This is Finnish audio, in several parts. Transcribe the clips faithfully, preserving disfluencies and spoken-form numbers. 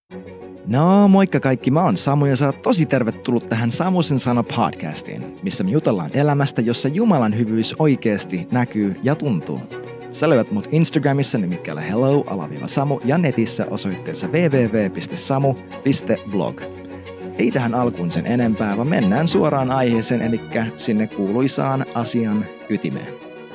No moikka kaikki, mä oon Samu ja sä oot tosi tervetullut tähän Samusen sana podcastiin, missä me jutellaan elämästä, jossa Jumalan hyvyys oikeasti näkyy ja tuntuu. Sä löydät mut Instagramissa nimikkeellä hello-samu ja netissä osoitteessa double-u double-u double-u piste samu piste blog. Ei tähän alkuun sen enempää, vaan mennään suoraan aiheeseen, eli sinne kuuluisaan asian ytimeen.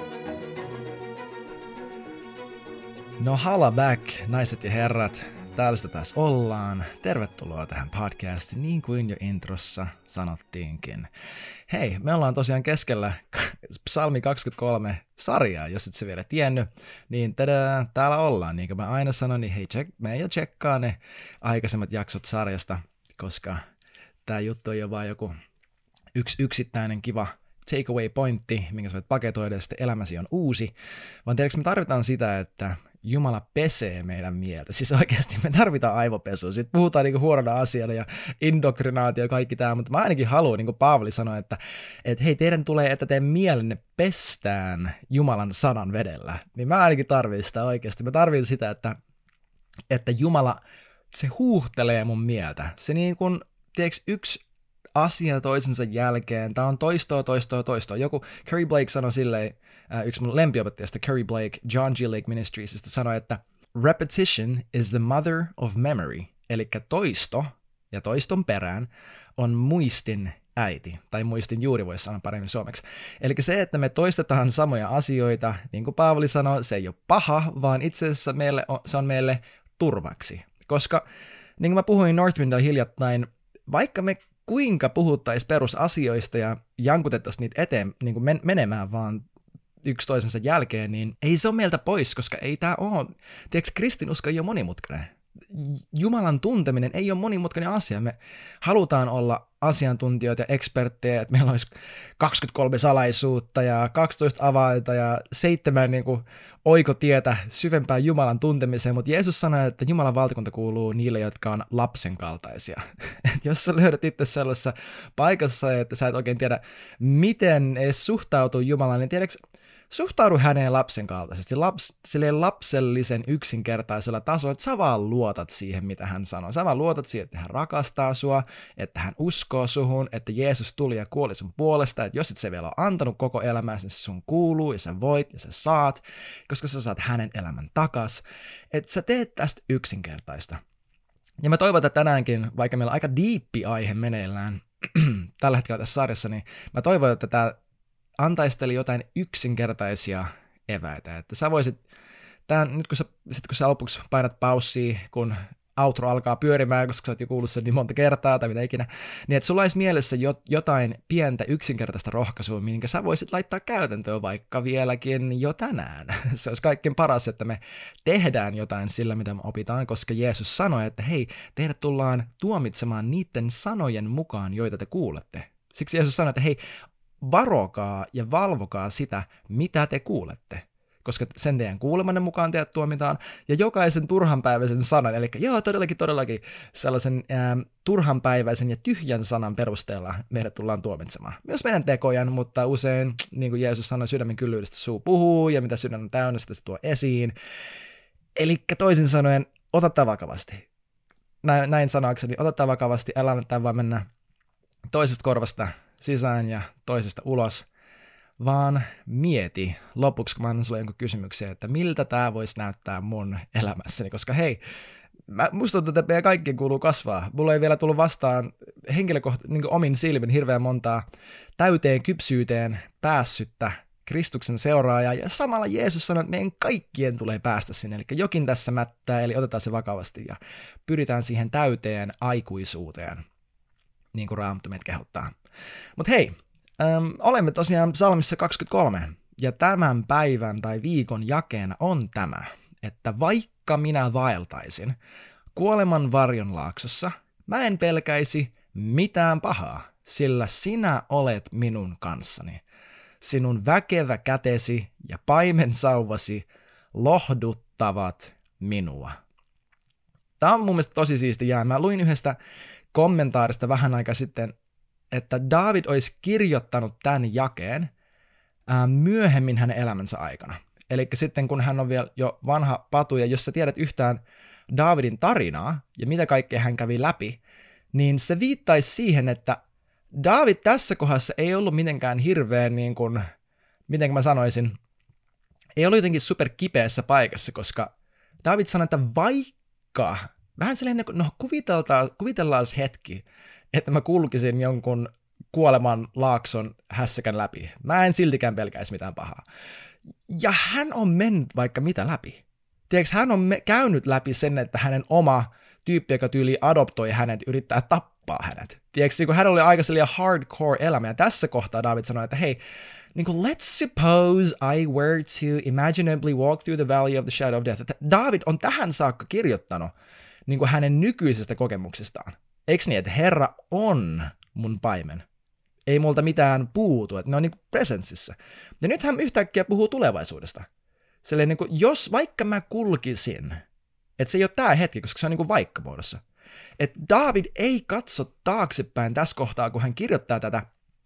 No hala back, naiset ja herrat. Täällä sitä taas ollaan. Tervetuloa tähän podcastiin, niin kuin jo introssa sanottiinkin. Hei, me ollaan tosiaan keskellä Psalmi kaksikymmentäkolme sarjaa, jos et se vielä tiennyt, niin tadaa, täällä ollaan. Niin kuin mä aina sanon, niin hei, check, mene ja tsekkaa ne aikaisemmat jaksot sarjasta, koska tää juttu on jo vaan joku yksi yksittäinen kiva takeaway pointti, minkä sä voit paketoida, ja sitten elämäsi on uusi. Vaan tiedätkö, me tarvitaan sitä, että Jumala pesee meidän mieltä. Siis oikeasti me tarvitaan aivopesua. Sitten puhutaan niinku huonona asiana ja indoktrinaatio ja kaikki tämä, mutta mä ainakin haluan, niin kuin Paavali sanoi, että, että hei, teidän tulee, että teidän mielenne pestään Jumalan sanan vedellä. Niin mä ainakin tarvitsen sitä oikeasti. Mä tarvitsen sitä, että, että Jumala, se huuhtelee mun mieltä. Se niin kuin, tiedätkö, yksi asia toisensa jälkeen. Tää on toistoa, toistoa, toistoa. Joku Curry Blake sanoi silleen, äh, yksi mun lempiopettajasta, Curry Blake, John G. Lake Ministriesista, sanoi, että repetition is the mother of memory. Eli toisto ja toiston perään on muistin äiti, tai muistin juuri voisi sanoa paremmin suomeksi. Eli se, että me toistetaan samoja asioita, niin kuin Paavali sanoi, se ei ole paha, vaan itse asiassa meille on, se on meille turvaksi. Koska, niin kuin mä puhuin Northwindilla hiljattain, vaikka me kuinka puhuttaisiin perusasioista ja jankutettaisiin niitä eteen niin kuin men- menemään vaan yksi toisensa jälkeen, niin ei se ole meiltä pois, koska ei tämä ole, tiedätkö, kristinusko ei ole monimutkainen. Jumalan tunteminen ei ole monimutkainen asia. Me halutaan olla asiantuntijoita ja eksperttejä, että meillä olisi kaksikymmentäkolme salaisuutta ja kaksitoista avainta ja seitsemän niin kuin oikotietä syvempään Jumalan tuntemiseen, mutta Jeesus sanoi, että Jumalan valtakunta kuuluu niille, jotka on lapsen kaltaisia. Et jos sä löydät itse sellaisessa paikassa, että sä et oikein tiedä, miten edes suhtautuu Jumalaan, niin tiedätkö, suhtaudu häneen lapsen kaltaisesti, laps, silleen lapsellisen yksinkertaisella tasolla, että sä vaan luotat siihen, mitä hän sanoo. Sä vaan luotat siihen, että hän rakastaa sua, että hän uskoo suhun, että Jeesus tuli ja kuoli sun puolesta, että jos et se vielä ole antanut koko elämääsi, niin se sun kuuluu ja sä voit ja sä saat, koska sä saat hänen elämän takas. Että sä teet tästä yksinkertaista. Ja mä toivon, että tänäänkin, vaikka meillä on aika diippi aihe meneillään tällä hetkellä tässä sarjassa, niin mä toivon, että tää antaisi teille jotain yksinkertaisia eväitä, että sä voisit, tämän, nyt kun sä, sit kun sä lopuksi painat paussia, kun outro alkaa pyörimään, koska sä oot jo kuullut sen niin monta kertaa tai mitä ikinä, niin että sulla olisi mielessä jotain pientä yksinkertaista rohkaisua, minkä sä voisit laittaa käytäntöön vaikka vieläkin jo tänään. Se olisi kaikkein paras, että me tehdään jotain sillä, mitä me opitaan, koska Jeesus sanoi, että hei, teidät tullaan tuomitsemaan niiden sanojen mukaan, joita te kuulette. Siksi Jeesus sanoi, että hei, varokaa ja valvokaa sitä, mitä te kuulette, koska sen teidän kuulemanne mukaan teidät tuomitaan, ja jokaisen turhanpäiväisen sanan, eli joo, todellakin, todellakin sellaisen ää, turhanpäiväisen ja tyhjän sanan perusteella meidät tullaan tuomitsemaan. Myös meidän tekojan, mutta usein, niin kuin Jeesus sanoi, sydämen kyllyydestä suu puhuu, ja mitä sydän on täynnä, sitä se tuo esiin. Eli toisin sanoen, ota tämä vakavasti. Näin, näin sanakseni, ota tämä vakavasti, älä anna vaan mennä toisesta korvasta sisään ja toisesta ulos, vaan mieti lopuksi, kun mä annan sulle jonkun kysymyksen, että miltä tää voisi näyttää mun elämässäni, koska hei, mä, musta tuntuu, että meidän kaikkien kuuluu kasvaa. Mulla ei vielä tullut vastaan henkilökohtaisesti niin omin silmin hirveän montaa täyteen kypsyyteen päässyttä Kristuksen seuraajaa, ja samalla Jeesus sanoi, että meidän kaikkien tulee päästä sinne, eli jokin tässä mättää, eli otetaan se vakavasti ja pyritään siihen täyteen aikuisuuteen, niin kuin Raamattu meitä kehottaa. Mutta hei, äm, olemme tosiaan psalmissa kaksikymmentäkolme, ja tämän päivän tai viikon jakeena on tämä, että vaikka minä vaeltaisin kuoleman varjon laaksossa, mä en pelkäisi mitään pahaa, sillä sinä olet minun kanssani. Sinun väkevä kätesi ja paimensauvasi lohduttavat minua. Tämä on mun mielestä tosi siisti jää. Mä luin yhdestä kommentaarista vähän aikaa sitten, että Daavid olisi kirjoittanut tämän jakeen ää, myöhemmin hänen elämänsä aikana. Eli sitten kun hän on vielä jo vanha patu, ja jos sä tiedät yhtään Daavidin tarinaa ja mitä kaikkea hän kävi läpi, niin se viittaisi siihen, että Daavid tässä kohdassa ei ollut mitenkään hirveän, niin kuin, miten mä sanoisin, ei ollut jotenkin super kipeässä paikassa, koska Daavid sanoi, että vaikka, vähän sellainen, no kuvitellaan, kuvitellaan hetki, että mä kulkisin jonkun kuoleman laakson hässäkän läpi. Mä en siltikään pelkäisi mitään pahaa. Ja hän on mennyt vaikka mitä läpi. Tiedätkö, hän on me- käynyt läpi sen, että hänen oma tyyppi, joka tyyli adoptoi hänet, yrittää tappaa hänet. Tiedätkö, kun hän oli aika sellainen hardcore elämä, ja tässä kohtaa David sanoi, että hei, niin kuin, let's suppose I were to imaginably walk through the valley of the shadow of death. Että David on tähän saakka kirjoittanut niin kuin hänen nykyisestä kokemuksestaan. Eikö niin, että Herra on mun paimen? Ei multa mitään puutu, että ne on niin kuin presenssissä. Ja nyt hän yhtäkkiä puhuu tulevaisuudesta. Silleen, niin kuin, jos vaikka mä kulkisin, että se ei ole tää hetki, koska se on niin kuin vaikka-muodossa. Että David ei katso taaksepäin tässä kohtaa, kun hän kirjoittaa tätä,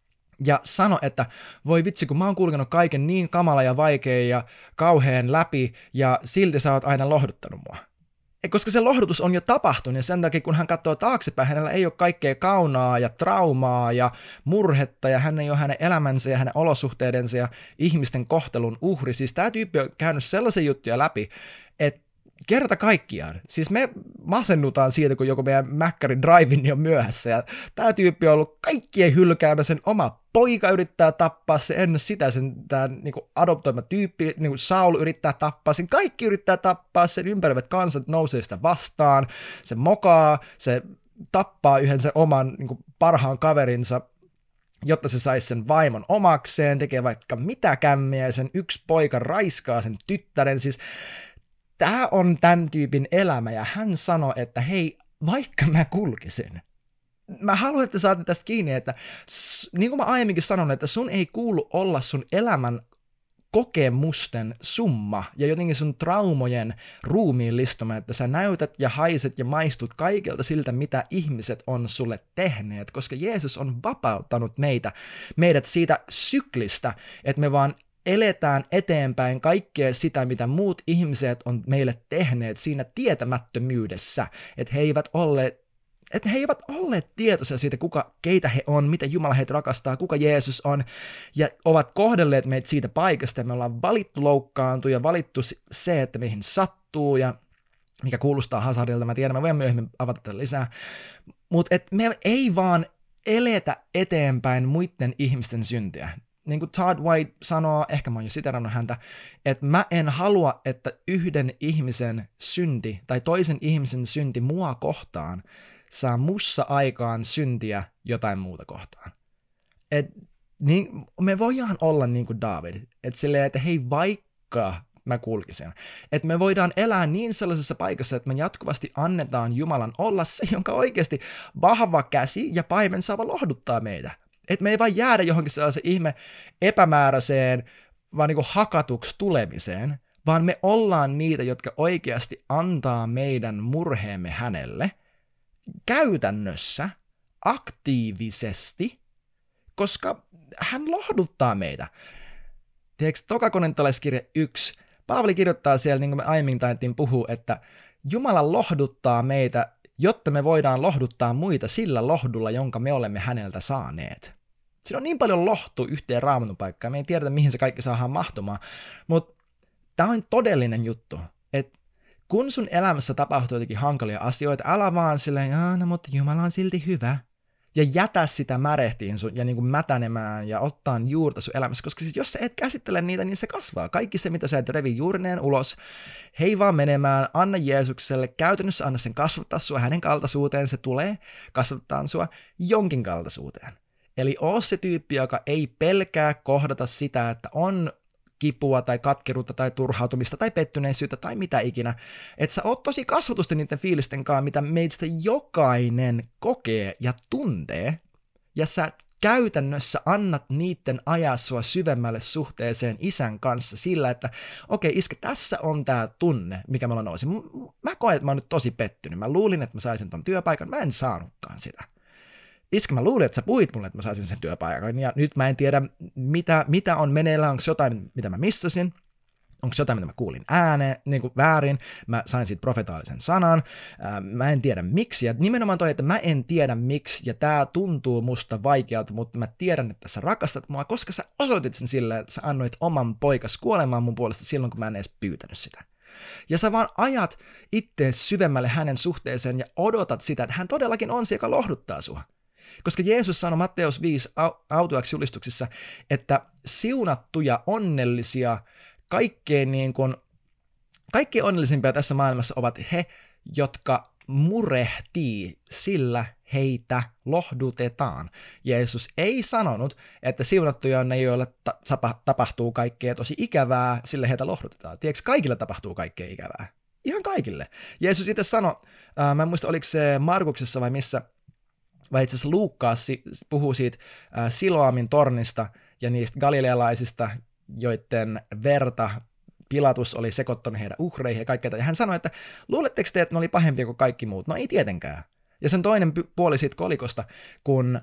ja sano, että voi vitsi, kun mä oon kulkenut kaiken niin kamala ja vaikea ja kauheen läpi, ja silti sä oot aina lohduttanut mua. Koska se lohdutus on jo tapahtunut, ja sen takia kun hän katsoo taaksepäin, hänellä ei ole kaikkea kaunaa ja traumaa ja murhetta, ja hän ei ole hänen elämänsä ja hänen olosuhteidensa ja ihmisten kohtelun uhri. Siis tämä tyyppi on käynyt sellaisia juttuja läpi, että kerta kaikkiaan. Siis me masennutaan siitä, kun joku meidän Mäkkärin drive-in on myöhässä, ja tämä tyyppi on ollut kaikkien hylkäämä, sen oma poika yrittää tappaa se, ennen sitä sen tämä niinku adoptoima tyyppi, niinku Saul yrittää tappaa sen, kaikki yrittää tappaa sen, ympäröivät kansat nousee sitä vastaan, se mokaa, se tappaa yhden sen oman niinku parhaan kaverinsa, jotta se saisi sen vaimon omakseen, tekee vaikka mitä kämmiä, sen yksi poika raiskaa sen tyttären, siis tämä on tämän tyypin elämä, ja hän sanoi, että hei, vaikka mä kulkisin, mä haluan, että saatte tästä kiinni, että niin kuin mä aiemminkin sanon, että sun ei kuulu olla sun elämän kokemusten summa ja jotenkin sun traumojen ruumiin listuma, että sä näytät ja haiset ja maistut kaikelta siltä, mitä ihmiset on sulle tehneet, koska Jeesus on vapauttanut meitä, meidät siitä syklistä, että me vaan eletään eteenpäin kaikkea sitä, mitä muut ihmiset on meille tehneet siinä tietämättömyydessä, että he eivät olleet että he eivät olleet tietoisia siitä, kuka, keitä he on, miten Jumala heitä rakastaa, kuka Jeesus on, ja ovat kohdelleet meitä siitä paikasta, ja me ollaan valittu loukkaantua, ja valittu se, että meihin sattuu, ja mikä kuulostaa Hazardilta, mä tiedän, mä voin myöhemmin avata tätä lisää, mutta me ei vaan eletä eteenpäin muiden ihmisten syntiä. Niin kuin Todd White sanoo, ehkä mä oon jo siterannut häntä, että mä en halua, että yhden ihmisen synti, tai toisen ihmisen synti mua kohtaan, saa mussa aikaan syntiä jotain muuta kohtaan. Et, niin, me voidaan olla niin kuin David, että silleen, että hei vaikka mä kulkisin. Että me voidaan elää niin sellaisessa paikassa, että me jatkuvasti annetaan Jumalan olla se, jonka oikeasti vahva käsi ja paimen saava lohduttaa meitä. Että me ei vaan jäädä johonkin sellaiseen ihme epämääräiseen, vaan niin kuin hakatuksi tulemiseen, vaan me ollaan niitä, jotka oikeasti antaa meidän murheemme hänelle, käytännössä, aktiivisesti, koska hän lohduttaa meitä. Tiedätkö, tokakorintalaiskirja yksi, Paavali kirjoittaa siellä, niin kuin me aiemmin taidettiin puhua, että Jumala lohduttaa meitä, jotta me voidaan lohduttaa muita sillä lohdulla, jonka me olemme häneltä saaneet. Siinä on niin paljon lohtu yhteen Raamatun paikkaan, me ei tiedetä, mihin se kaikki saadaan mahtumaan, mutta tämä on todellinen juttu, että kun sun elämässä tapahtuu jotenkin hankalia asioita, älä vaan silleen, no mutta Jumala on silti hyvä, ja jätä sitä märehtiin sun, ja niin kuin mätänemään ja ottaa juurta sun elämässä, koska siis jos sä et käsittele niitä, niin se kasvaa. Kaikki se, mitä sä et revi juurineen ulos, hei vaan menemään, anna Jeesukselle, käytännössä anna sen kasvattaa sua hänen kaltaisuuteen, se tulee kasvattaa sua jonkin kaltaisuuteen. Eli oo se tyyppi, joka ei pelkää kohdata sitä, että on kipua tai katkeruutta tai turhautumista tai pettyneisyyttä tai mitä ikinä, että sä oot tosi kasvatusta niiden fiilisten kanssa, mitä meistä jokainen kokee ja tuntee, ja sä käytännössä annat niiden ajaa sua syvemmälle suhteeseen isän kanssa sillä, että okei, okay, iskä, tässä on tää tunne, mikä mulla nousi. Mä koen, että mä oon nyt tosi pettynyt. Mä luulin, että mä saisin ton työpaikan, mä en saanutkaan sitä. Iskä, mä luulin, että sä puhuit mulle, että mä saisin sen työpaikan, ja nyt mä en tiedä, mitä, mitä on meneillään, onko jotain, mitä mä missasin, Onko se jotain, mitä mä kuulin ääneen, niin kuin väärin, mä sain siitä profetaalisen sanan, ää, mä en tiedä miksi, ja nimenomaan toi, että mä en tiedä miksi, ja tää tuntuu musta vaikealta, mutta mä tiedän, että sä rakastat mua, koska sä osoitit sen sillä, että sä annoit oman poikas kuolemaan mun puolesta silloin, kun mä en edes pyytänyt sitä. Ja sä vaan ajat ittees syvemmälle hänen suhteeseen ja odotat sitä, että hän todellakin on se, joka lohduttaa sua. Koska Jeesus sanoi Matteus viisi autuaksi julistuksissa, että siunattuja, onnellisia, kaikkein, niin kuin, kaikkein onnellisimpia tässä maailmassa ovat he, jotka murehtii, sillä heitä lohdutetaan. Jeesus ei sanonut, että siunattuja on ne, joille ta- tapahtuu kaikkea tosi ikävää, sillä heitä lohdutetaan. Tiedätkö, kaikille tapahtuu kaikkea ikävää. Ihan kaikille. Jeesus itse sanoi, äh, mä en muista, oliko se Markuksessa vai missä, vai itse asiassa Luukkaas puhuu siitä äh, Siloamin tornista ja niistä galilealaisista, joiden verta Pilatus oli sekoittanut heidän uhreihin ja kaikkea. Ja hän sanoi, että luuletteko te, että ne oli pahempia kuin kaikki muut? No ei tietenkään. Ja sen toinen puoli siitä kolikosta, kun,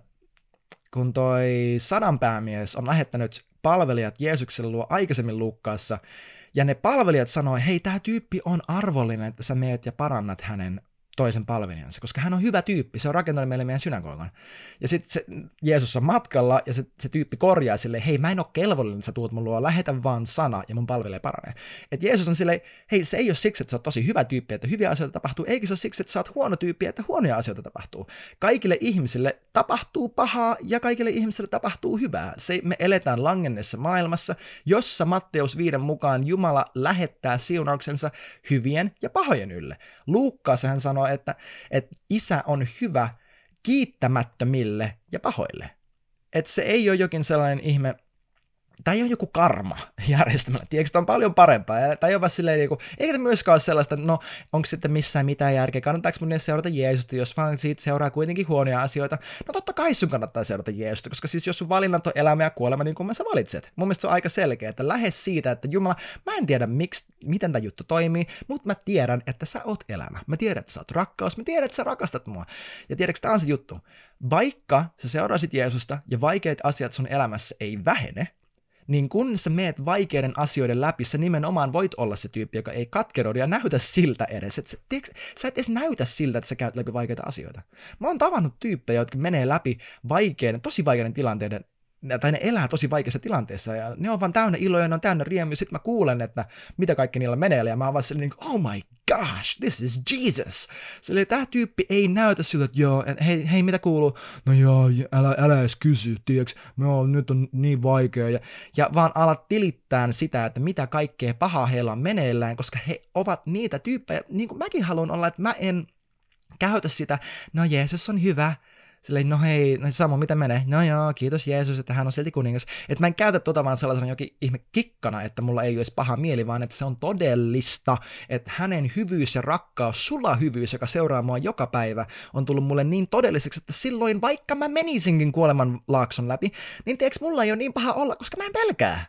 kun toi sadanpäämies on lähettänyt palvelijat Jeesuksen luo aikaisemmin Luukkaassa, ja ne palvelijat sanoi, hei, tämä tyyppi on arvollinen, että sä meet ja parannat hänen toisen palvelijansa, koska hän on hyvä tyyppi, se on rakentanut meille meidän synagogan. Ja sitten Jeesus on matkalla, ja se, se tyyppi korjaa silleen, hei, mä en ole kelvollinen, että sä tuut mun luo, lähetä vaan sana, ja mun palvelija paranee. Et Jeesus on silleen, hei, se ei ole siksi, että sä oot tosi hyvä tyyppi, että hyviä asioita tapahtuu, eikä se ole siksi, että sä oot huono tyyppi, että huonoja asioita tapahtuu. Kaikille ihmisille tapahtuu pahaa, ja kaikille ihmisille tapahtuu hyvää. Se, me eletään langennessa maailmassa, jossa Matteus viiden mukaan Jumala lähettää siunauksensa hyvien ja pahojen ylle. Luukkaas hän sanoo, Että, että isä on hyvä kiittämättömille ja pahoille. Että se ei ole jokin sellainen ihme, tämä ei ole joku karma-järjestelmä, tiedätkö, tämä on paljon parempaa, ja tämä ei ole vaan silleen, niin kuin, eikä tämä myöskään ole sellaista, no, onko sitten missään mitään järkeä, kannattaako mun edes seurata Jeesusta, jos vaan siitä seuraa kuitenkin huonoja asioita, no totta kai sun kannattaa seurata Jeesusta, koska siis jos sun valinnat on elämä ja kuolema, niin kuin sä valitset, mun mielestä se on aika selkeä, että lähde siitä, että Jumala, mä en tiedä miksi, miten tämä juttu toimii, mutta mä tiedän, että sä oot elämä, mä tiedän, että sä oot rakkaus, mä tiedän, että sä rakastat mua, ja tiedätkö, tämä on se juttu, vaikka sä seurasit Jeesusta ja vaikeat asiat sun elämässä ei vähene, niin kun sä meet vaikeiden asioiden läpi, sä nimenomaan voit olla se tyyppi, joka ei katkeroida ja näytä siltä edes. Et sä, tiiäks, sä et edes näytä siltä, että sä käyt läpi vaikeita asioita. Mä oon tavannut tyyppejä, jotka menee läpi vaikeiden, tosi vaikeiden tilanteiden, tai ne elää tosi vaikeassa tilanteessa, ja ne on vaan täynnä iloja, ne on täynnä riemyä, sit mä kuulen, että mitä kaikki niillä menee, ja mä oon vaan sellainen, oh my gosh, this is Jesus. Silleen, tää tyyppi ei näytä siltä, että joo, hei, hei, mitä kuuluu? No joo, älä, älä edes kysy, tiiäks, no nyt on niin vaikea, ja, ja vaan alat tilittää sitä, että mitä kaikkea pahaa heillä on meneillään, koska he ovat niitä tyyppejä, niin kuin mäkin haluan olla, että mä en käytä sitä, no Jeesus on hyvä, silleen, no hei, no Samu, mitä menee? No joo, kiitos Jeesus, että hän on silti kuningas. Että mä en käytä tota vaan sellaisena jokin ihme kikkana, että mulla ei ole edes paha mieli, vaan että se on todellista, että hänen hyvyys ja rakkaus, sulla hyvyys, joka seuraa mua joka päivä, on tullut mulle niin todelliseksi, että silloin vaikka mä menisinkin kuoleman laakson läpi, niin tiedätkö, mulla ei ole niin paha olla, koska mä en pelkää.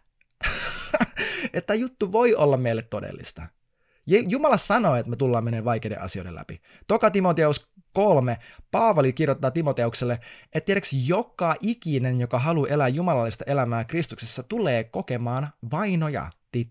Että juttu voi olla meille todellista. Jumala sanoi, että me tullaan menemään vaikeiden asioiden läpi. Toka Timoteus kolme, Paavali kirjoittaa Timoteukselle, että tiedätkö, joka ikinen, joka haluaa elää jumalallista elämää Kristuksessa, tulee kokemaan vainoja.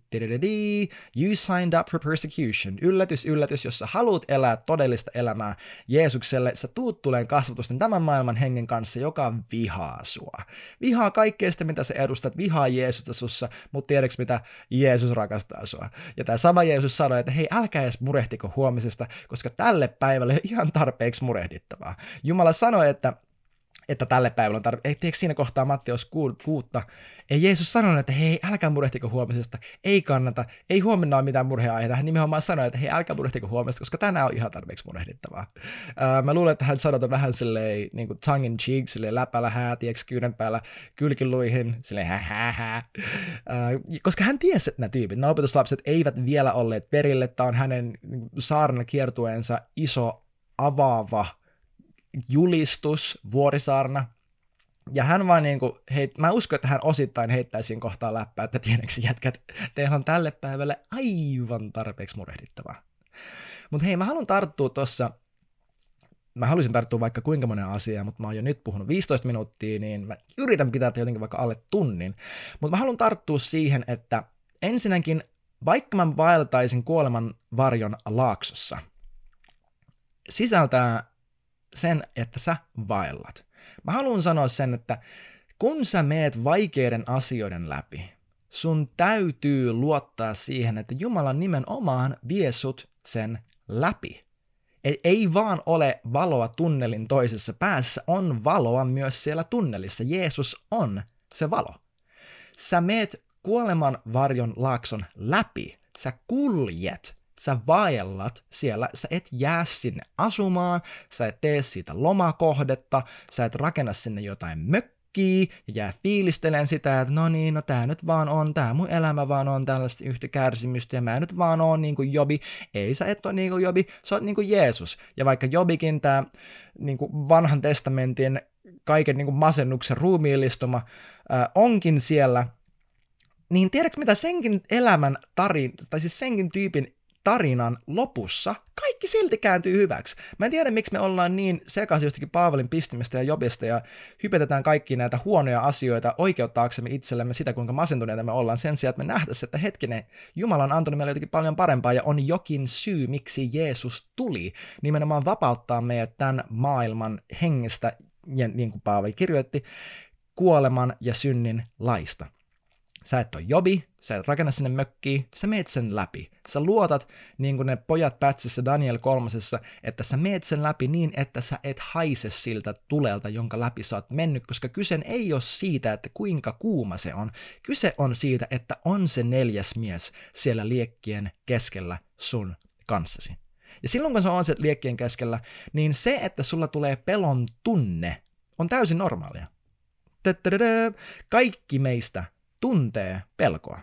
You signed up for persecution. Yllätys, yllätys, jos sä haluat elää todellista elämää Jeesukselle, sä tuut tuleen kasvatusten tämän maailman hengen kanssa, joka vihaa sua. Vihaa kaikkea sitä, mitä sä edustat, vihaa Jeesusta sussa, mutta tiedätkö mitä? Jeesus rakastaa sua. Ja tämä sama Jeesus sanoi, että hei, älkää edes murehtiko huomisesta, koska tälle päivälle on ihan tarpeeksi murehdittavaa. Jumala sanoi, että että tälle päivälle on tarve. Ei, teekö siinä kohtaa Matteus kuutta? Ei Jeesus sanonut, että hei, älkää murehtiko huomisesta, ei kannata, ei huomenna ole mitään murheaiheita. Hän nimenomaan sanoi, että hei, älkää murehtiko huomisesta, koska tänään on ihan tarpeeksi murehdittavaa. Ää, mä luulen, että hän sanoi vähän silleen, niin kuin tongue in cheek, silleen läpällä hää, tieks kyyden päällä, kylkiluihin, silleen hä hä hä. Ää, koska hän tiesi, että nämä tyypit, nämä opetuslapset eivät vielä olleet perille, tämä on hänen niin saarnakiertueensa iso avaava julistus, vuorisaarna, ja hän vaan niinku, heit, mä uskon, että hän osittain heittäisi siinä kohtaa läppää, että tiedätkö jätkät, teillä on tälle päivälle aivan tarpeeksi murehdittavaa. Mutta hei, mä haluan tarttua tossa, mä haluaisin tarttua vaikka kuinka monen asiaan, mutta mä oon jo nyt puhunut viisitoista minuuttia, niin mä yritän pitää jotenkin vaikka alle tunnin, mutta mä haluan tarttua siihen, että ensinnäkin vaikka mä vaeltaisin kuoleman varjon laaksossa, sisältää sen, että sä vaellat. Mä haluan sanoa sen, että kun sä meet vaikeiden asioiden läpi, sun täytyy luottaa siihen, että Jumala nimenomaan vie sut sen läpi. Ei, ei vaan ole valoa tunnelin toisessa päässä, on valoa myös siellä tunnelissa. Jeesus on se valo. Sä meet kuoleman varjon laakson läpi, sä kuljet, sä vaellat siellä, sä et jää sinne asumaan, sä et tee siitä lomakohdetta, sä et rakenna sinne jotain mökkiä, ja jää fiilistelemään sitä, että no niin, no tää nyt vaan on, tää mun elämä vaan on tällaista yhtä kärsimystä, ja mä nyt vaan oon niin kuin Jobi. Ei sä et ole niin kuin Jobi, sä oot niin kuin Jeesus. Ja vaikka Jobikin tää niin kuin vanhan testamentin kaiken niin kuin masennuksen ruumiillistuma ää, onkin siellä, niin tiedätkö mitä senkin elämän tarin, tai siis senkin tyypin tarinan lopussa kaikki silti kääntyy hyväksi. Mä en tiedä, miksi me ollaan niin sekaisin jostakin Paavalin pistimistä ja Jobista ja hypetetään kaikki näitä huonoja asioita oikeuttaaksemme itsellemme sitä, kuinka masentuneita me ollaan sen sijaan, että me nähtäisiin, että hetkinen, Jumala on antanut meille jotakin paljon parempaa ja on jokin syy, miksi Jeesus tuli nimenomaan vapauttaa meidät tämän maailman hengestä, ja niin kuin Paavali kirjoitti, kuoleman ja synnin laista. Sä et ole Jobi, sä et rakenna sinne mökkiin, sä meet sen läpi. Sä luotat, niin kuin ne pojat Pätsissä Daniel kolmosessa, että sä meet sen läpi niin, että sä et haise siltä tulelta, jonka läpi sä oot mennyt, koska kyse ei ole siitä, että kuinka kuuma se on. Kyse on siitä, että on se neljäs mies siellä liekkien keskellä sun kanssasi. Ja silloin, kun se on se liekkien keskellä, niin se, että sulla tulee pelon tunne, on täysin normaalia. Kaikki meistä tuntee pelkoa.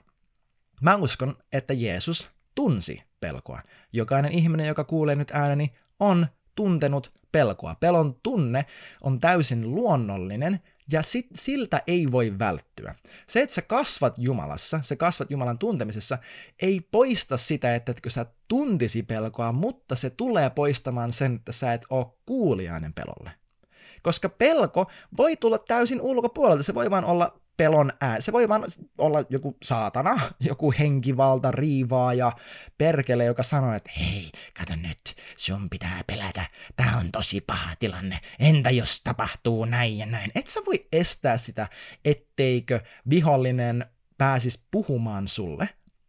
Mä uskon, että Jeesus tunsi pelkoa. Jokainen ihminen, joka kuulee nyt ääneni, on tuntenut pelkoa. Pelon tunne on täysin luonnollinen ja sit, siltä ei voi välttyä. Se, että sä kasvat Jumalassa, sä kasvat Jumalan tuntemisessa, ei poista sitä, että etkö sä tuntisi pelkoa, mutta se tulee poistamaan sen, että sä et ole kuuliainen pelolle. Koska pelko voi tulla täysin ulkopuolelta, se voi vaan olla pelon ääni. Se voi vaan olla joku saatana, joku henkivalta, riivaaja, perkele, joka sanoo, että hei, kato nyt, sun pitää pelätä, tää on tosi paha tilanne, entä jos tapahtuu näin ja näin. Et sä voi estää sitä, etteikö vihollinen pääsisi puhumaan sulle.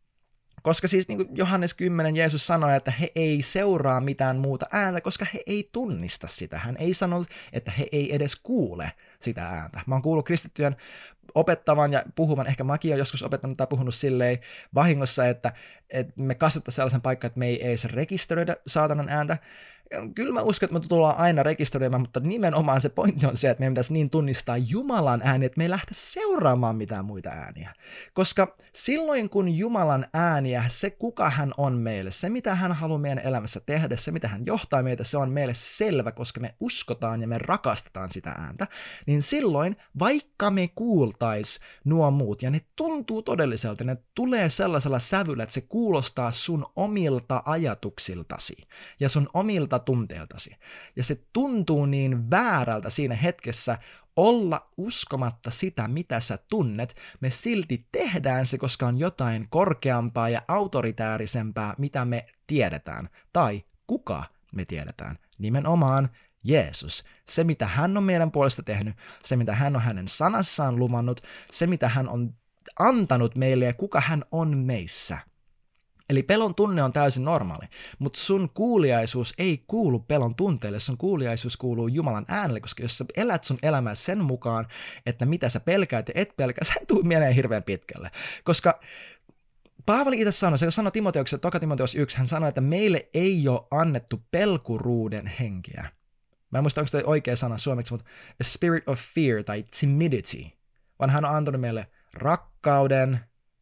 Koska siis niin kuin Johannes kymmenen Jeesus sanoi, että he ei seuraa mitään muuta ääntä, koska he ei tunnista sitä. Hän ei sanonut, että he ei edes kuule sitä ääntä. Mä oon kuullut kristittyjen opettavan ja puhuvan, ehkä mäkin olen joskus opettanut tai puhunut silleen vahingossa, että, että me kasvattaisiin sellaisen paikkaan, että me ei edes rekisteröidä saatanan ääntä. Kyllä mä uskon, että me tullaan aina rekisteröimään, mutta nimenomaan se pointti on se, että meidän pitäisi niin tunnistaa Jumalan ääni, että me ei lähde seuraamaan mitään muita ääniä. Koska silloin, kun Jumalan ääniä, se kuka hän on meille, se mitä hän haluaa meidän elämässä tehdä, se mitä hän johtaa meitä, se on meille selvä, koska me uskotaan ja me rakastetaan sitä ääntä, niin silloin, vaikka me kuultais nuo muut, ja ne tuntuu todelliselta, ne tulee sellaisella sävyllä, että se kuulostaa sun omilta ajatuksiltasi ja sun omilta tunteeltasi. Ja se tuntuu niin väärältä siinä hetkessä olla uskomatta sitä, mitä sä tunnet, me silti tehdään se, koska on jotain korkeampaa ja autoritäärisempää, mitä me tiedetään, tai kuka me tiedetään. Nimenomaan Jeesus. Se, mitä hän on meidän puolesta tehnyt, se, mitä hän on hänen sanassaan luvannut, se, mitä hän on antanut meille ja kuka hän on meissä. Eli pelon tunne on täysin normaali, mutta sun kuuliaisuus ei kuulu pelon tunteelle, sun kuuliaisuus kuuluu Jumalan äänelle, koska jos sä elät sun elämää sen mukaan, että mitä sä pelkäät ja et pelkää, sä tuu menee hirveän pitkälle. Koska Paavali itse sanoi, se sanoi Timoteukselle, toka Timoteus yksi, hän sanoi, että meille ei ole annettu pelkuruuden henkeä. Mä en muista, onko tämä oikea sana suomeksi, mutta a spirit of fear tai timidity, vaan hän on antanut meille rakkauden,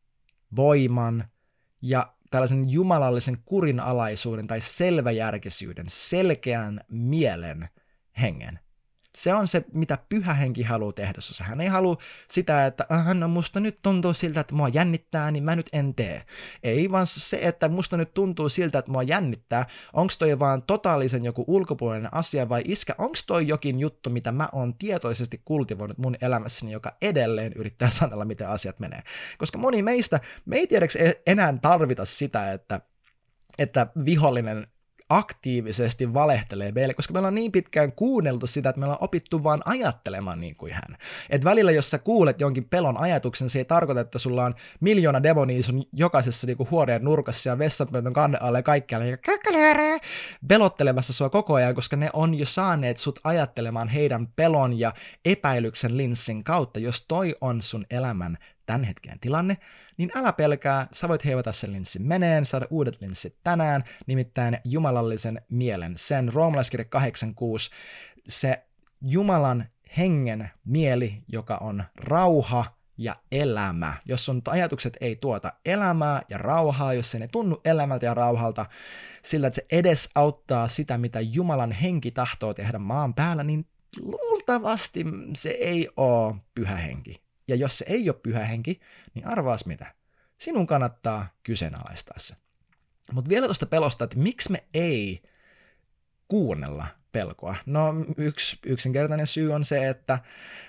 voiman ja tällaisen jumalallisen kurinalaisuuden tai selväjärkisyyden, selkeän mielen hengen. Se on se, mitä Pyhä Henki haluaa tehdä. Hän ei halua sitä, että ah, no musta nyt tuntuu siltä, että mua jännittää, niin mä nyt en tee. Ei, vaan se, että musta nyt tuntuu siltä, että mua jännittää. Onko toi vaan totaalisen joku ulkopuolinen asia vai iskä? Onko toi jokin juttu, mitä mä oon tietoisesti kultivoinut mun elämässäni, joka edelleen yrittää sanella, miten asiat menee? Koska moni meistä, me ei tiedäks enää tarvita sitä, että, että vihollinen aktiivisesti valehtelee meille, koska me ollaan niin pitkään kuunneltu sitä, että me ollaan opittu vaan ajattelemaan niin kuin hän. Et välillä, jos sä kuulet jonkin pelon ajatuksen, se ei tarkoita, että sulla on miljoona demonia sun jokaisessa niinku huoneen nurkassa ja vessanpöntön kannen alle ja kaikkialla ja pelottelemassa sua koko ajan, koska ne on jo saaneet sut ajattelemaan heidän pelon ja epäilyksen linssin kautta. Jos toi on sun elämän tämän hetken tilanne, niin älä pelkää, sä voit heivata sen linssin meneen, saada uudet linssit tänään, nimittäin jumalallisen mielen. Sen roomalaiskirja kahdeksan kuusi, se Jumalan hengen mieli, joka on rauha ja elämä. Jos sun ajatukset ei tuota elämää ja rauhaa, jos se ne tunnu elämältä ja rauhalta, sillä että se edesauttaa sitä, mitä Jumalan henki tahtoo tehdä maan päällä, niin luultavasti se ei ole Pyhä Henki. Ja jos se ei ole Pyhä Henki, niin arvaas mitä? Sinun kannattaa kyseenalaistaa se. Mutta vielä tuosta pelosta, että miksi me ei kuunnella pelkoa? No yksi yksinkertainen syy on se, että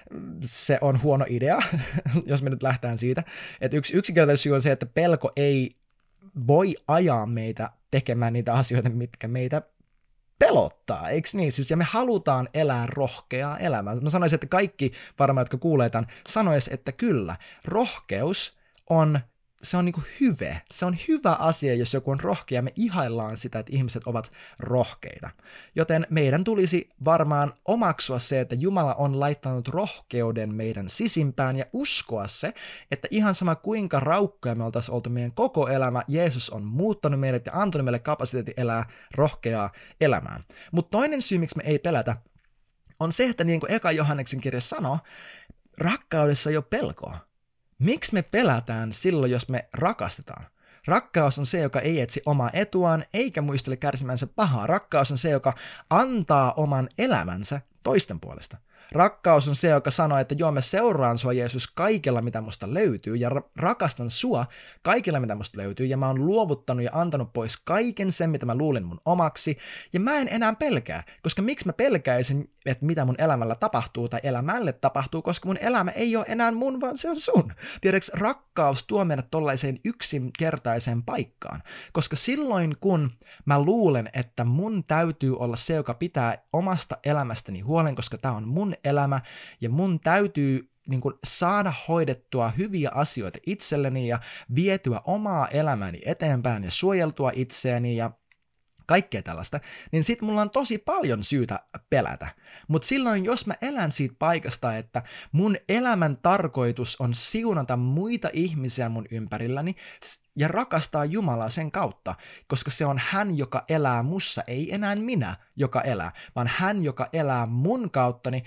se on huono idea, jos me nyt lähdetään siitä. Että yksi yksinkertainen syy on se, että pelko ei voi ajaa meitä tekemään niitä asioita, mitkä meitä pelottaa, eikö niin? Siis, ja me halutaan elää rohkeaa elämää. Mä sanoisin, että kaikki varmaan, jotka kuulee tämän, sanois, että kyllä, rohkeus on, se on niinku hyve. Se on hyvä asia, jos joku on rohkea. Me ihaillaan sitä, että ihmiset ovat rohkeita. Joten meidän tulisi varmaan omaksua se, että Jumala on laittanut rohkeuden meidän sisimpään ja uskoa se, että ihan sama kuinka raukkoja me oltaisiin oltu meidän koko elämä, Jeesus on muuttanut meidät ja antanut meille kapasiteetin elää rohkeaa elämää. Mutta toinen syy, miksi me ei pelätä, on se, että niin kuin Eka Johanneksen kirja sanoo, rakkaudessa ei ole pelkoa. Miksi me pelätään silloin, jos me rakastetaan? Rakkaus on se, joka ei etsi omaa etuaan, eikä muistele kärsimänsä pahaa. Rakkaus on se, joka antaa oman elämänsä toisten puolesta. Rakkaus on se, joka sanoo, että joo, mä seuraan sua, Jeesus, kaikella, mitä musta löytyy, ja rakastan sua kaikella, mitä musta löytyy, ja mä oon luovuttanut ja antanut pois kaiken sen, mitä mä luulin mun omaksi, ja mä en enää pelkää, koska miksi mä pelkäisin, että mitä mun elämällä tapahtuu, tai elämälle tapahtuu, koska mun elämä ei ole enää mun, vaan se on sun. Tiedätkö, rakkaus tuo meidät tollaiseen yksinkertaiseen paikkaan, koska silloin, kun mä luulen, että mun täytyy olla se, joka pitää omasta elämästäni huolen, koska tää on mun elämä, ja mun täytyy niin kuin saada hoidettua hyviä asioita itselleni ja vietyä omaa elämääni eteenpäin ja suojeltua itseäni ja kaikkea tällaista, niin sit mulla on tosi paljon syytä pelätä. Mutta silloin, jos mä elän siitä paikasta, että mun elämän tarkoitus on siunata muita ihmisiä mun ympärilläni ja rakastaa Jumalaa sen kautta, koska se on hän, joka elää mussa, ei enää minä, joka elää, vaan hän, joka elää mun kauttani,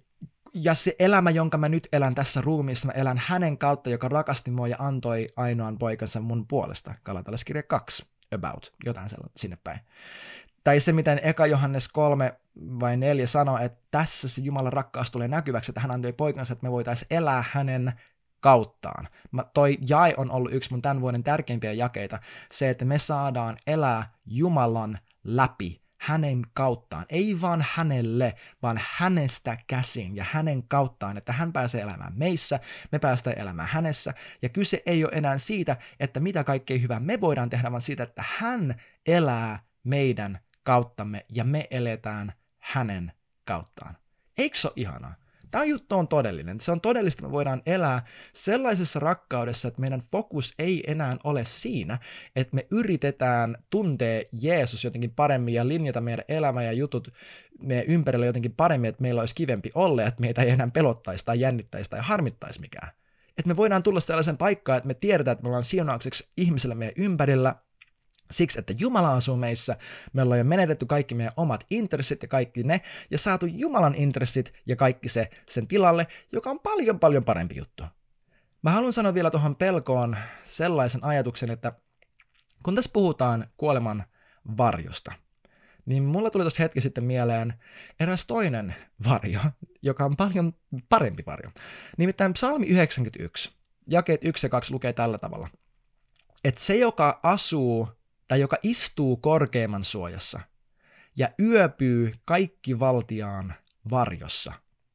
ja se elämä, jonka mä nyt elän tässä ruumiissa, mä elän hänen kautta, joka rakasti mua ja antoi ainoan poikansa mun puolesta. Galatalaiskirja kaksi. About, jotain sellaista sinne päin. Tai se, miten Eka Johannes kolme vai neljä sanoo, että tässä se Jumalan rakkaus tulee näkyväksi, että hän antoi poikansa, että me voitaisiin elää hänen kauttaan. Mä, toi jae on ollut yksi mun tämän vuoden tärkeimpiä jakeita, se, että me saadaan elää Jumalan läpi, hänen kauttaan, ei vaan hänelle, vaan hänestä käsin ja hänen kauttaan, että hän pääsee elämään meissä, me päästään elämään hänessä, ja kyse ei ole enää siitä, että mitä kaikkea hyvää me voidaan tehdä, vaan siitä, että hän elää meidän kauttamme, ja me eletään hänen kauttaan. Eikö se ole ihanaa? Tämä juttu on todellinen. Se on todellista, me voidaan elää sellaisessa rakkaudessa, että meidän fokus ei enää ole siinä, että me yritetään tuntea Jeesus jotenkin paremmin ja linjata meidän elämä ja jutut meidän ympärillä jotenkin paremmin, että meillä olisi kivempi olla, että meitä ei enää pelottaisi tai jännittäisi tai harmittaisi mikään. Että me voidaan tulla sellaisen paikkaan, että me tiedetään, että me ollaan siunaukseksi ihmisillä meidän ympärillä, siksi, että Jumala asuu meissä, me ollaan jo menetetty kaikki meidän omat intressit ja kaikki ne, ja saatu Jumalan intressit ja kaikki se sen tilalle, joka on paljon paljon parempi juttu. Mä haluan sanoa vielä tuohon pelkoon sellaisen ajatuksen, että kun tässä puhutaan kuoleman varjosta, niin mulla tuli tuossa hetki sitten mieleen eräs toinen varjo, joka on paljon parempi varjo. Nimittäin psalmi yhdeksänkymmentäyksi, jakeet yksi ja kaksi lukee tällä tavalla. Että se, joka asuu tai joka istuu korkeimman suojassa ja yöpyy kaikki valtiaan varjossa.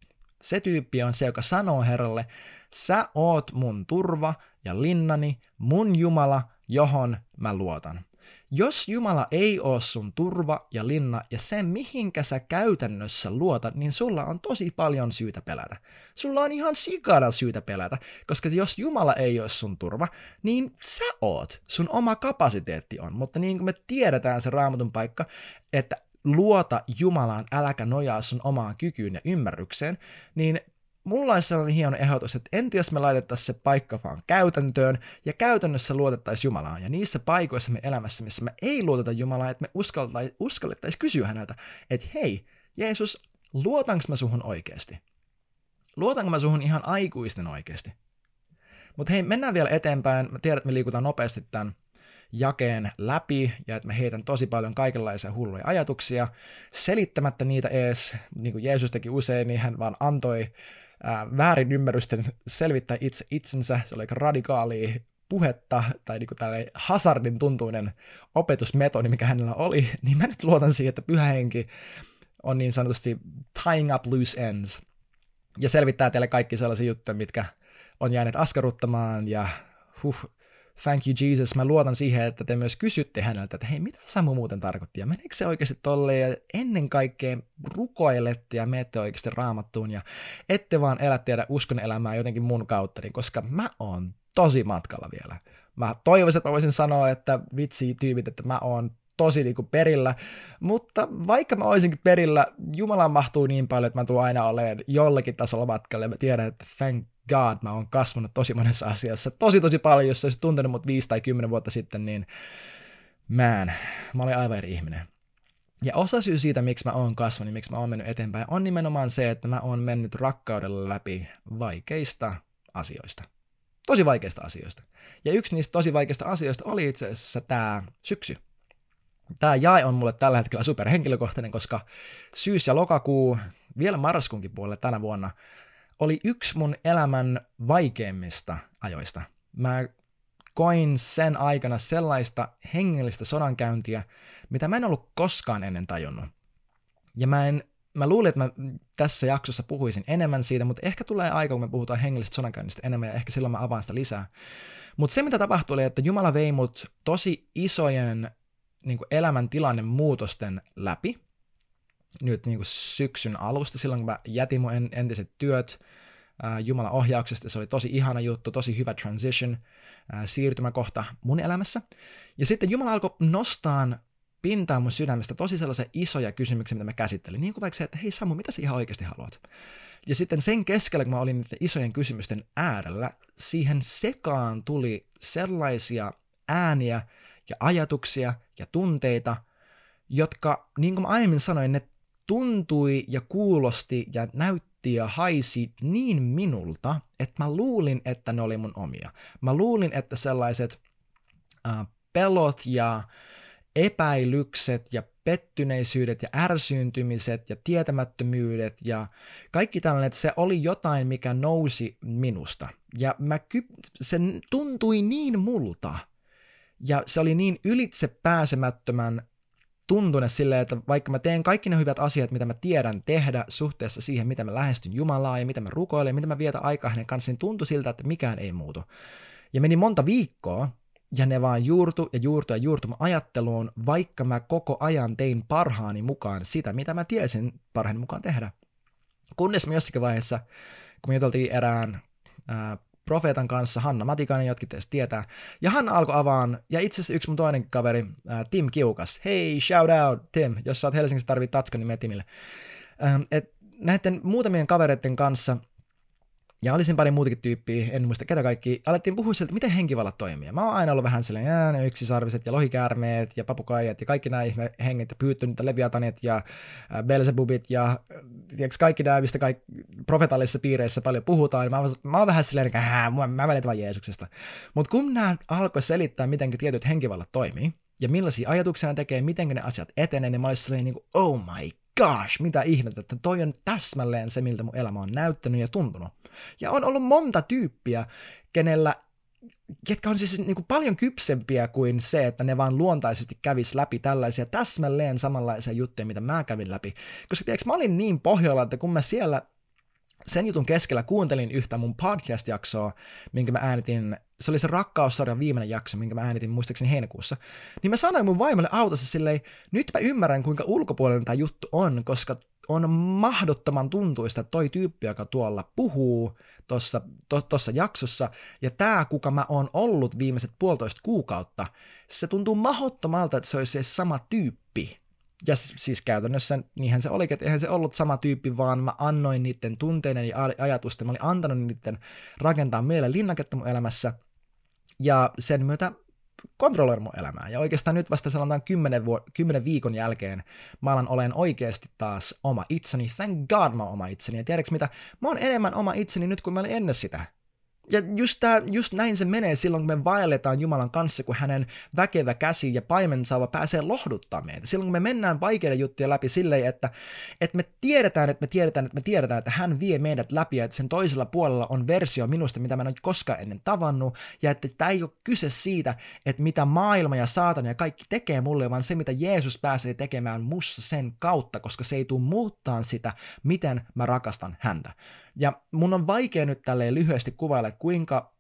Se tyyppi on se, joka sanoo Herralle, sä oot mun turva ja linnani, mun Jumala, johon mä luotan. Jos Jumala ei ole sun turva ja linna ja se, mihinkä sä käytännössä luotat, niin sulla on tosi paljon syytä pelätä. Sulla on ihan sikana syytä pelätä, koska jos Jumala ei ole sun turva, niin sä oot. Sun oma kapasiteetti on, mutta niin kuin me tiedetään se Raamatun paikka, että luota Jumalaan, äläkä nojaa sun omaan kykyyn ja ymmärrykseen, niin mulla olisi sellainen hieno ehdotus, että entä jos me laitettaisiin se paikka vaan käytäntöön ja käytännössä luotettaisiin Jumalaan. Ja niissä paikoissa me elämässä, missä me ei luoteta Jumalaan, että me uskallettaisiin kysyä häneltä, että hei, Jeesus, luotanko mä suhun oikeasti? Luotanko mä suhun ihan aikuisten oikeasti? Mutta hei, mennään vielä eteenpäin. Mä tiedän, että me liikutaan nopeasti tämän jakeen läpi ja että mä heitän tosi paljon kaikenlaisia hulluja ajatuksia, selittämättä niitä ees, niin kuin Jeesus teki usein, niin hän vaan antoi ää, väärin ymmärrysten selvittää itse itsensä. Se oli aika radikaalia puhetta tai niin kuin tällainen hazardin tuntuinen opetusmetodi, mikä hänellä oli, niin mä nyt luotan siihen, että Pyhä Henki on niin sanotusti tying up loose ends ja selvittää teille kaikki sellaisia juttuja, mitkä on jääneet askarruttamaan ja huh, thank you Jesus, mä luotan siihen, että te myös kysytte häneltä, että hei, mitä Samu muuten tarkoitti, ja meneekö se oikeasti tolleen, ja ennen kaikkea rukoilette ja menette oikeasti Raamattuun, ja ette vaan elä teidän uskon elämää jotenkin mun kautta, niin koska mä oon tosi matkalla vielä. Mä toivoisin, että mä voisin sanoa, että vitsi tyypit, että mä oon tosi niinku perillä, mutta vaikka mä olisinkin perillä, Jumalaan mahtuu niin paljon, että mä tuun aina olemaan jollakin tasolla matkalle, ja mä tiedän, että thank God, mä oon kasvanut tosi monessa asiassa, tosi tosi paljon, jos olisit tuntenut mut viisi tai kymmenen vuotta sitten, niin man, mä olin aivan eri ihminen. Ja osa syy siitä, miksi mä oon kasvanut, miksi mä oon mennyt eteenpäin, on nimenomaan se, että mä oon mennyt rakkaudella läpi vaikeista asioista. Tosi vaikeista asioista. Ja yksi niistä tosi vaikeista asioista oli itse asiassa tää syksy. Tää jae on mulle tällä hetkellä superhenkilökohtainen, koska syys- ja lokakuu, vielä marraskuunkin puolelle tänä vuonna, oli yksi mun elämän vaikeimmista ajoista. Mä koin sen aikana sellaista hengellistä sodankäyntiä, mitä mä en ollut koskaan ennen tajunnut. Ja mä, en, mä luulin, että mä tässä jaksossa puhuisin enemmän siitä, mutta ehkä tulee aika, kun me puhutaan hengellisestä sodankäynnistä enemmän, ja ehkä silloin mä avaan sitä lisää. Mutta se, mitä tapahtui, oli, että Jumala vei mut tosi isojen niin kuin elämäntilanne muutosten läpi, nyt niin kuin syksyn alusta, silloin kun mä jätin mun entiset työt ää, Jumalan ohjauksesta, se oli tosi ihana juttu, tosi hyvä transition, ää, siirtymäkohta mun elämässä. Ja sitten Jumala alkoi nostaa pintaan mun sydämestä tosi sellaisia isoja kysymyksiä, mitä mä käsittelin. Niin kuin vaikka se, että hei Samu, mitä sä ihan oikeasti haluat? Ja sitten sen keskellä, kun mä olin niiden isojen kysymysten äärellä, siihen sekaan tuli sellaisia ääniä ja ajatuksia ja tunteita, jotka, niin kuin mä aiemmin sanoin, ne tuntui ja kuulosti ja näytti ja haisi niin minulta, että mä luulin, että ne oli mun omia. Mä luulin, että sellaiset äh, pelot ja epäilykset ja pettyneisyydet ja ärsyyntymiset ja tietämättömyydet ja kaikki tällainen, että se oli jotain, mikä nousi minusta. Ja mä ky- se tuntui niin multa. Ja se oli niin ylitse pääsemättömän tuntunut silleen, että vaikka mä teen kaikki ne hyvät asiat, mitä mä tiedän tehdä suhteessa siihen, mitä mä lähestyn Jumalaa ja mitä mä rukoilen ja mitä mä vietän aikaa hänen kanssaan, niin tuntui siltä, että mikään ei muutu. Ja meni monta viikkoa, ja ne vaan juurtu ja juurtu ja juurtu mun ajatteluun, vaikka mä koko ajan tein parhaani mukaan sitä, mitä mä tiesin parhaani mukaan tehdä. Kunnes me jossakin vaiheessa, kun me juteltiin erään ää, profeetan kanssa, Hanna Matikainen, jotkin teistä tietää, ja Hanna alkoi avaan, ja itse asiassa yksi mun toinen kaveri, ää, Tim Kiukas, hei, shout out, Tim, jos sä oot Helsingissä tarvit tatskan, niin mene Timille. Ähm, et näiden muutamien kavereiden kanssa, ja olisin pari muutakin tyyppiä, en muista ketä kaikki, alettiin puhua sieltä, miten henkivallat toimii. Mä oon aina ollut vähän silleen, jää, ne yksisarviset ja lohikäärmeet ja papukaijat ja kaikki nämä ihme henget ja pyyttynyt ja leviatanit ja äh, Belzebubit ja tiiäks, kaikki nämä, mistä kaikki profetallisissa piireissä paljon puhutaan, niin mä, mä oon vähän silleen, että mä välitän vaan Jeesuksesta. Mutta kun nämä alkoi selittää, miten tietyt henkivallat toimii, ja millaisia ajatuksia ne tekee, miten ne asiat etenee, niin mä olisin sellainen niin kuin, oh my gosh, mitä ihmettä, että toi on täsmälleen se, miltä mun elämä on näyttänyt ja tuntunut. Ja on ollut monta tyyppiä, kenellä, ketkä on siis niin kuin paljon kypsempiä kuin se, että ne vaan luontaisesti kävis läpi tällaisia täsmälleen samanlaisia juttuja, mitä mä kävin läpi. Koska tiedätkö, mä olin niin pohjalla, että kun mä siellä sen jutun keskellä kuuntelin yhtä mun podcast-jaksoa, minkä mä äänitin, se oli se Rakkaussarjan viimeinen jakso, minkä mä äänitin muistaakseni heinäkuussa, niin mä sanoin mun vaimolle autossa silleen, nyt mä ymmärrän, kuinka ulkopuolinen tämä juttu on, koska on mahdottoman tuntuista, että toi tyyppi, joka tuolla puhuu tuossa to, tossa jaksossa, ja tää, kuka mä oon ollut viimeiset puolitoista kuukautta, se tuntuu mahdottomalta, että se olisi se sama tyyppi. Ja siis käytännössä niinhän se olikin, että eihän se ollut sama tyyppi, vaan mä annoin niiden tunteiden ja ajatusten, mä olin antanut niiden rakentaa meille linnaketta mun elämässä, ja sen myötä kontrolloida mun elämää. Ja oikeastaan nyt vasta sanotaan kymmenen, vuor- kymmenen viikon jälkeen mä alan olen oikeasti taas oma itseni. Thank God mä oon oma itseni. Ja tiedätkö mitä? Mä oon enemmän oma itseni nyt kuin mä olin ennen sitä. Ja just, tää, just näin se menee silloin, kun me vaelletaan Jumalan kanssa, kun hänen väkevä käsi ja paimensauva pääsee lohduttaa meitä. Silloin, kun me mennään vaikeita juttuja läpi silleen, että, että me tiedetään, että me tiedetään, että me tiedetään, että hän vie meidät läpi ja että sen toisella puolella on versio minusta, mitä mä en ole koskaan ennen tavannut, ja että tämä ei ole kyse siitä, että mitä maailma ja saatana ja kaikki tekee mulle, vaan se, mitä Jeesus pääsee tekemään mussa sen kautta, koska se ei tule muuttaa sitä, miten mä rakastan häntä. Ja mun on vaikea nyt tälleen lyhyesti kuvailla, että kuinka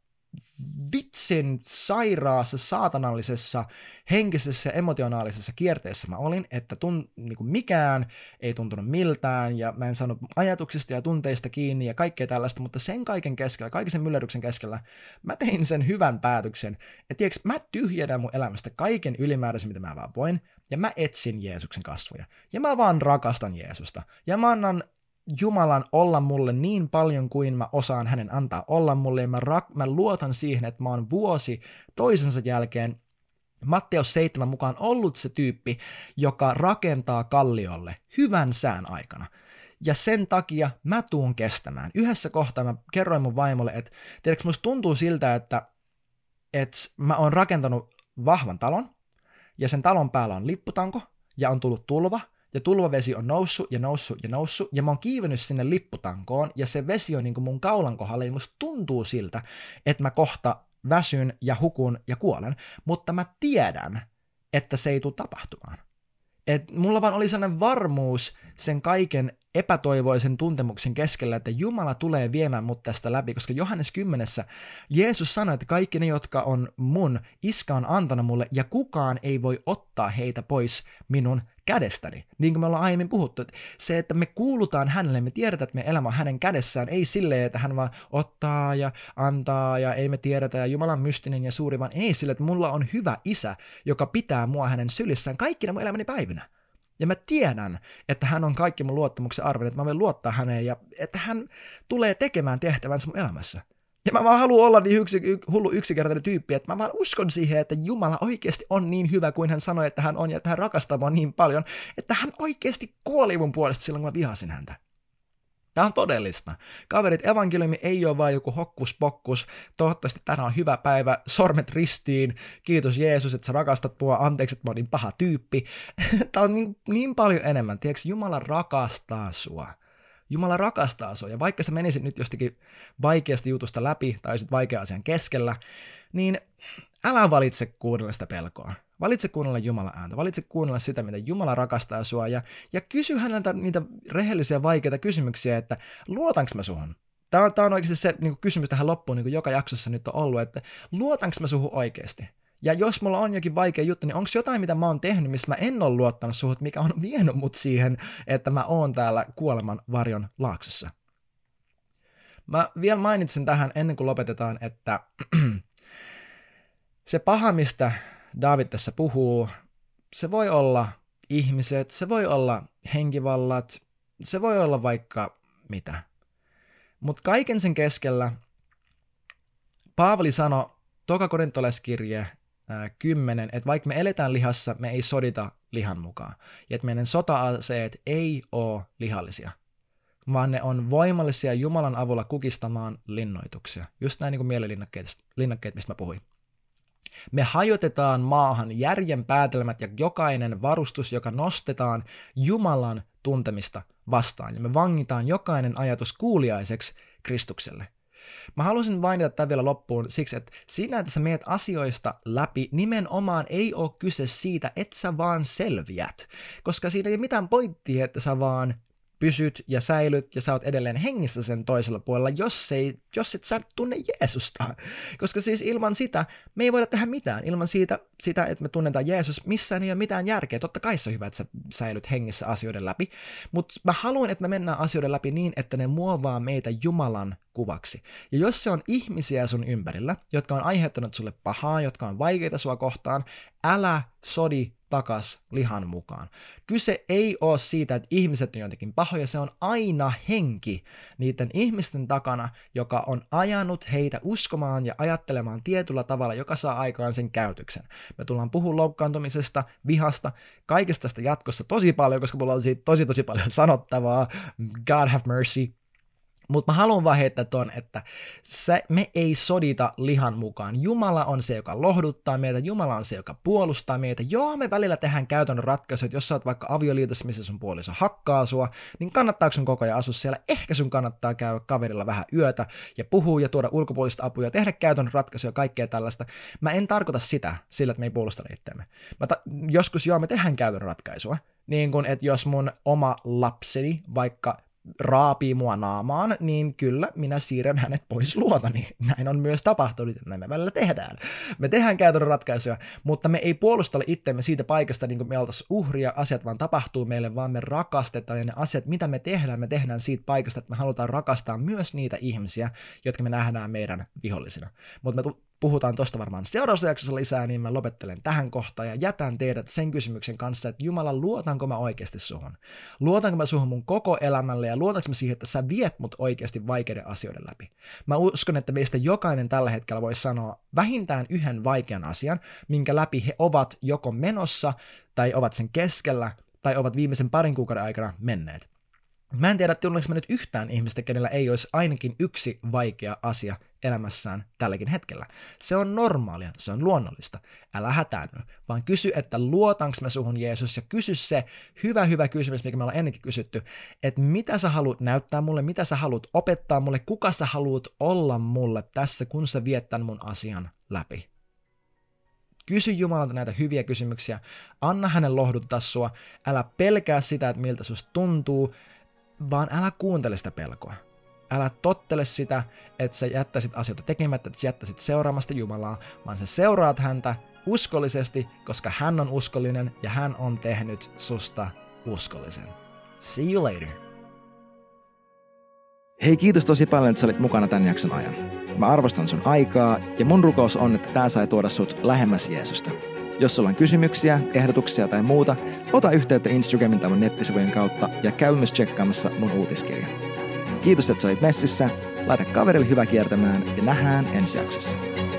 vitsin sairaassa, saatanallisessa, henkisessä ja emotionaalisessa kierteessä mä olin, että tun, niin kuin mikään ei tuntunut miltään, ja mä en saanut ajatuksista ja tunteista kiinni ja kaikkea tällaista, mutta sen kaiken keskellä, kaiken sen myllerryksen keskellä, mä tein sen hyvän päätöksen, että tiiäks, mä tyhjennän mun elämästä kaiken ylimääräisen, mitä mä vaan voin, ja mä etsin Jeesuksen kasvoja, ja mä vaan rakastan Jeesusta, ja mä annan Jumalan olla mulle niin paljon kuin mä osaan hänen antaa olla mulle, ja mä, rak- mä luotan siihen, että mä oon vuosi toisensa jälkeen Matteus seitsemän mukaan ollut se tyyppi, joka rakentaa kalliolle hyvän sään aikana. Ja sen takia mä tuun kestämään. Yhdessä kohtaa mä kerroin mun vaimolle, että tiedätkö, musta tuntuu siltä, että, että mä oon rakentanut vahvan talon, ja sen talon päällä on lipputanko, ja on tullut tulva, ja tulvavesi on noussut ja noussut ja noussut, ja mä oon kiivennyt sinne lipputankoon, ja se vesi on niin kuin mun kaulan kohdalla, ja musta tuntuu siltä, että mä kohta väsyn ja hukun ja kuolen, mutta mä tiedän, että se ei tule tapahtumaan. Et mulla vaan oli sellainen varmuus sen kaiken epätoivoisen tuntemuksen keskellä, että Jumala tulee viemään mut tästä läpi, koska Johannes kymmenessä Jeesus sanoi, että kaikki ne, jotka on mun, Iskä on antanut mulle, ja kukaan ei voi ottaa heitä pois minun kädestäni. Niin kuin me ollaan aiemmin puhuttu, että se, että me kuulutaan hänelle, me tiedetään, että me elämä on hänen kädessään, ei silleen, että hän vaan ottaa ja antaa ja ei me tiedetä ja Jumala on mystinen ja suuri, vaan ei sille, että mulla on hyvä isä, joka pitää mua hänen sylissään kaikkina mun elämäni päivinä. Ja mä tiedän, että hän on kaikki mun luottamuksen arvoinen, että mä voin luottaa häneen ja että hän tulee tekemään tehtävänsä mun elämässä. Ja mä vaan haluan olla niin yksi, y, hullu yksinkertainen tyyppi, että mä vaan uskon siihen, että Jumala oikeasti on niin hyvä kuin hän sanoi, että hän on, ja että hän rakastaa mua niin paljon, että hän oikeasti kuoli mun puolesta silloin, kun mä vihasin häntä. Tämä on todellista. Kaverit, evankeliumi ei ole vain joku hokkus-pokkus. Toivottavasti tänään on hyvä päivä, sormet ristiin. Kiitos Jeesus, että sä rakastat mua. Anteeksi, että mä oon niin paha tyyppi. Tämä on niin, niin paljon enemmän. Tiedätkö, Jumala rakastaa sua. Jumala rakastaa sua. Ja vaikka sä menisit nyt jostakin vaikeasta jutusta läpi tai sit vaikean asian keskellä, niin älä valitse kuunnella sitä pelkoa. Valitse kuunnella Jumalan ääntä. Valitse kuunnella sitä, mitä Jumala rakastaa sua. Ja, ja kysy häneltä niitä rehellisiä vaikeita kysymyksiä, että luotanko mä suhun? Tämä on, tämä on oikeasti se niin kuin kysymys tähän loppuun, niin kuin joka jaksossa nyt on ollut, että luotanko mä suhun oikeasti? Ja jos mulla on jokin vaikea juttu, niin onko jotain, mitä mä oon tehnyt, missä mä en ole luottanut suhun, mikä on vienyt mut siihen, että mä oon täällä kuoleman varjon laaksossa? Mä vielä mainitsen tähän ennen kuin lopetetaan, että se paha, mistä Daavid tässä puhuu, se voi olla ihmiset, se voi olla henkivallat, se voi olla vaikka mitä. Mutta kaiken sen keskellä Paavali sanoi toka korintolaiskirje kymmenen, että vaikka me eletään lihassa, me ei sodita lihan mukaan. Ja että meidän sota-aseet ei ole lihallisia, vaan ne on voimallisia Jumalan avulla kukistamaan linnoituksia. Just näin niin kuin mielilinnakkeet, linnakkeet, mistä mä puhuin. Me hajotetaan maahan järjen päätelmät ja jokainen varustus, joka nostetaan Jumalan tuntemista vastaan. Ja me vangitaan jokainen ajatus kuuliaiseksi Kristukselle. Mä halusin mainita tämän vielä loppuun siksi, että siinä, että sä meet asioista läpi, nimenomaan ei ole kyse siitä, että sä vaan selviät. Koska siinä ei ole mitään pointtia, että sä vaan pysyt ja säilyt ja sä oot edelleen hengissä sen toisella puolella, jos, ei, jos et sä tunne Jeesusta. Koska siis ilman sitä me ei voida tehdä mitään. Ilman siitä, sitä, että me tunnetaan Jeesus, missään ei ole mitään järkeä. Totta kai se on hyvä, että sä säilyt hengissä asioiden läpi, mutta mä haluan, että me mennään asioiden läpi niin, että ne muovaa meitä Jumalan kuvaksi. Ja jos se on ihmisiä sun ympärillä, jotka on aiheuttanut sulle pahaa, jotka on vaikeita sua kohtaan, älä sodi takas lihan mukaan. Kyse ei ole siitä, että ihmiset on jotenkin pahoja, se on aina henki niiden ihmisten takana, joka on ajanut heitä uskomaan ja ajattelemaan tietyllä tavalla, joka saa aikaan sen käytöksen. Me tullaan puhumaan loukkaantumisesta, vihasta, kaikesta tästä jatkossa tosi paljon, koska mulla on siitä tosi tosi paljon sanottavaa. God have mercy. Mutta mä haluan vaan heittää ton, että se, me ei sodita lihan mukaan. Jumala on se, joka lohduttaa meitä, Jumala on se, joka puolustaa meitä. Joo, me välillä tehdään käytännön ratkaisuja, että jos sä oot vaikka avioliitossa, missä sun puoliso hakkaa sua, niin kannattaako sun koko ajan asua siellä? Ehkä sun kannattaa käydä kaverilla vähän yötä ja puhua ja tuoda ulkopuolista apuja, tehdä käytännön ratkaisuja ja kaikkea tällaista. Mä en tarkoita sitä sillä, että me ei puolusta itseämme. Mä ta- joskus joo, me tehdään käytännön ratkaisua. Niin kuin, että jos mun oma lapseni vaikka raapii mua naamaan, niin kyllä minä siirrän hänet pois luotani. Näin on myös tapahtunut, että näin me välillä tehdään. Me tehdään käytännön ratkaisuja, mutta me ei puolustella itseämme siitä paikasta, niin kuin me oltaisiin uhria, asiat vaan tapahtuu meille, vaan me rakastetaan, ja ne asiat, mitä me tehdään, me tehdään siitä paikasta, että me halutaan rakastaa myös niitä ihmisiä, jotka me nähdään meidän vihollisina. Mutta me puhutaan tosta varmaan seuraavassa jaksossa lisää, niin mä lopettelen tähän kohtaan ja jätän teidät sen kysymyksen kanssa, että Jumala, luotanko mä oikeasti suhun? Luotanko mä suhun mun koko elämälle ja luotanko mä siihen, että sä viet mut oikeasti vaikeiden asioiden läpi? Mä uskon, että meistä jokainen tällä hetkellä voi sanoa vähintään yhden vaikean asian, minkä läpi he ovat joko menossa tai ovat sen keskellä tai ovat viimeisen parin kuukauden aikana menneet. Mä en tiedä, tunneks mä nyt yhtään ihmistä, kenellä ei olisi ainakin yksi vaikea asia elämässään tälläkin hetkellä. Se on normaalia, se on luonnollista. Älä hätäänny, vaan kysy, että luotanko mä suhun Jeesus, ja kysy se hyvä hyvä kysymys, mikä me ollaan ennenkin kysytty, että mitä sä haluat näyttää mulle, mitä sä haluat opettaa mulle, kuka sä haluat olla mulle tässä, kun sä viet tän mun asian läpi. Kysy Jumalalta näitä hyviä kysymyksiä, anna hänen lohduttaa sua, älä pelkää sitä, että miltä susta tuntuu, vaan älä kuuntele sitä pelkoa. Älä tottele sitä, että sä jättäisit asioita tekemättä, että sä jättäisit seuraamasta Jumalaa, vaan sä seuraat häntä uskollisesti, koska hän on uskollinen ja hän on tehnyt susta uskollisen. See you later. Hei, kiitos tosi paljon, että sä olit mukana tämän jakson ajan. Mä arvostan sun aikaa ja mun rukous on, että tää sai tuoda sut lähemmäs Jeesusta. Jos sulla on kysymyksiä, ehdotuksia tai muuta, ota yhteyttä Instagramin tai mun nettisivujen kautta ja käy myös tsekkaamassa mun uutiskirja. Kiitos, että sä olit messissä, laita kaverille hyvä kiertämään ja nähdään ensi jaksossa.